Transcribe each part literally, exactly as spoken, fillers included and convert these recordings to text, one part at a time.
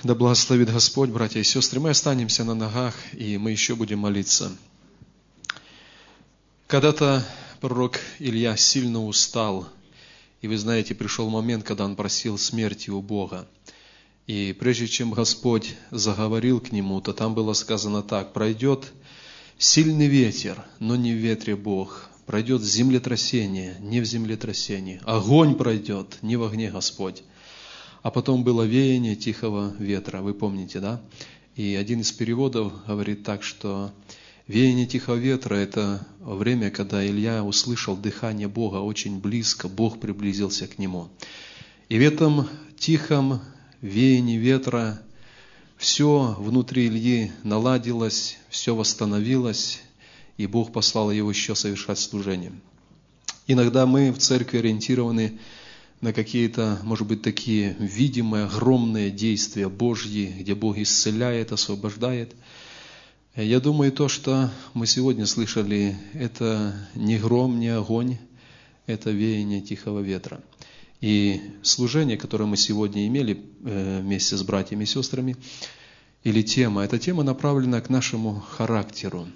Да благословит Господь, братья и сестры. Мы останемся на ногах, и мы еще будем молиться. Когда-то пророк Илья сильно устал, и вы знаете, пришел момент, когда он просил смерти у Бога. И прежде чем Господь заговорил к нему, то там было сказано так: пройдет сильный ветер, но не в ветре Бог. Пройдет землетрясение, не в землетрясении. Огонь пройдет, не в огне Господь. А потом было веяние тихого ветра, вы помните, да? И один из переводов говорит так, что веяние тихого ветра – это время, когда Илья услышал дыхание Бога очень близко, Бог приблизился к нему. И в этом тихом веянии ветра все внутри Ильи наладилось, все восстановилось, и Бог послал его еще совершать служение. Иногда мы в церкви ориентированы на какие-то, может быть, такие видимые, огромные действия Божьи, где Бог исцеляет, освобождает. Я думаю, то, что мы сегодня слышали, это не гром, не огонь, это веяние тихого ветра. И служение, которое мы сегодня имели вместе с братьями и сестрами, или тема, эта тема направлена к нашему характеру.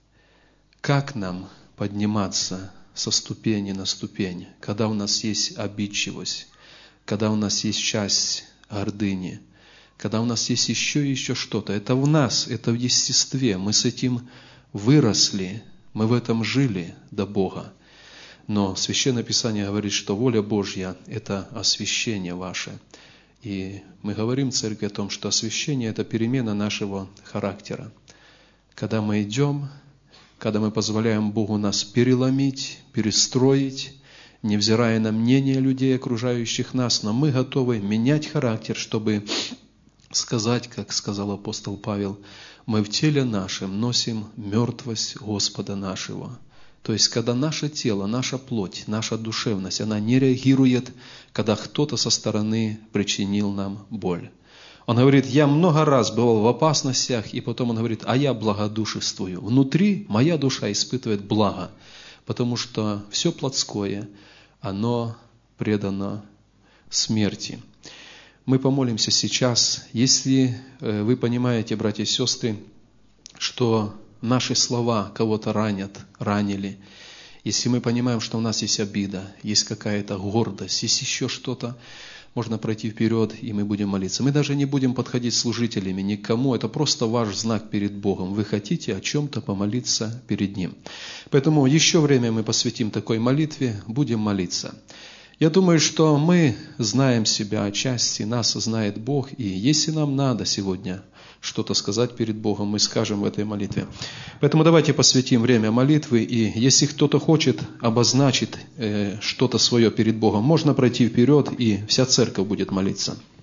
Как нам подниматься со ступени на ступень, когда у нас есть обидчивость, когда у нас есть часть гордыни, когда у нас есть еще и еще что-то. Это в нас, это в естестве. Мы с этим выросли, мы в этом жили до Бога. Но Священное Писание говорит, что воля Божья – это освящение ваше. И мы говорим в церкви о том, что освящение – это перемена нашего характера. Когда мы идем, когда мы позволяем Богу нас переломить, перестроить, невзирая на мнение людей, окружающих нас, но мы готовы менять характер, чтобы сказать, как сказал апостол Павел, мы в теле нашем носим мертвость Господа нашего. То есть, когда наше тело, наша плоть, наша душевность, она не реагирует, когда кто-то со стороны причинил нам боль. Он говорит, я много раз бывал в опасностях, и потом он говорит, а я благодушествую. Внутри моя душа испытывает благо, потому что все плотское, оно предано смерти. Мы помолимся сейчас. Если вы понимаете, братья и сестры, что наши слова кого-то ранят, ранили, если мы понимаем, что у нас есть обида, есть какая-то гордость, есть еще что-то, можно пройти вперед, и мы будем молиться. Мы даже не будем подходить служителями никому, это просто ваш знак перед Богом. Вы хотите о чем-то помолиться перед Ним. Поэтому еще время мы посвятим такой молитве, будем молиться. Я думаю, что мы знаем себя отчасти, нас знает Бог, и если нам надо сегодня что-то сказать перед Богом, мы скажем в этой молитве. Поэтому давайте посвятим время молитвы, и если кто-то хочет обозначить э, что-то свое перед Богом, можно пройти вперед, и вся церковь будет молиться.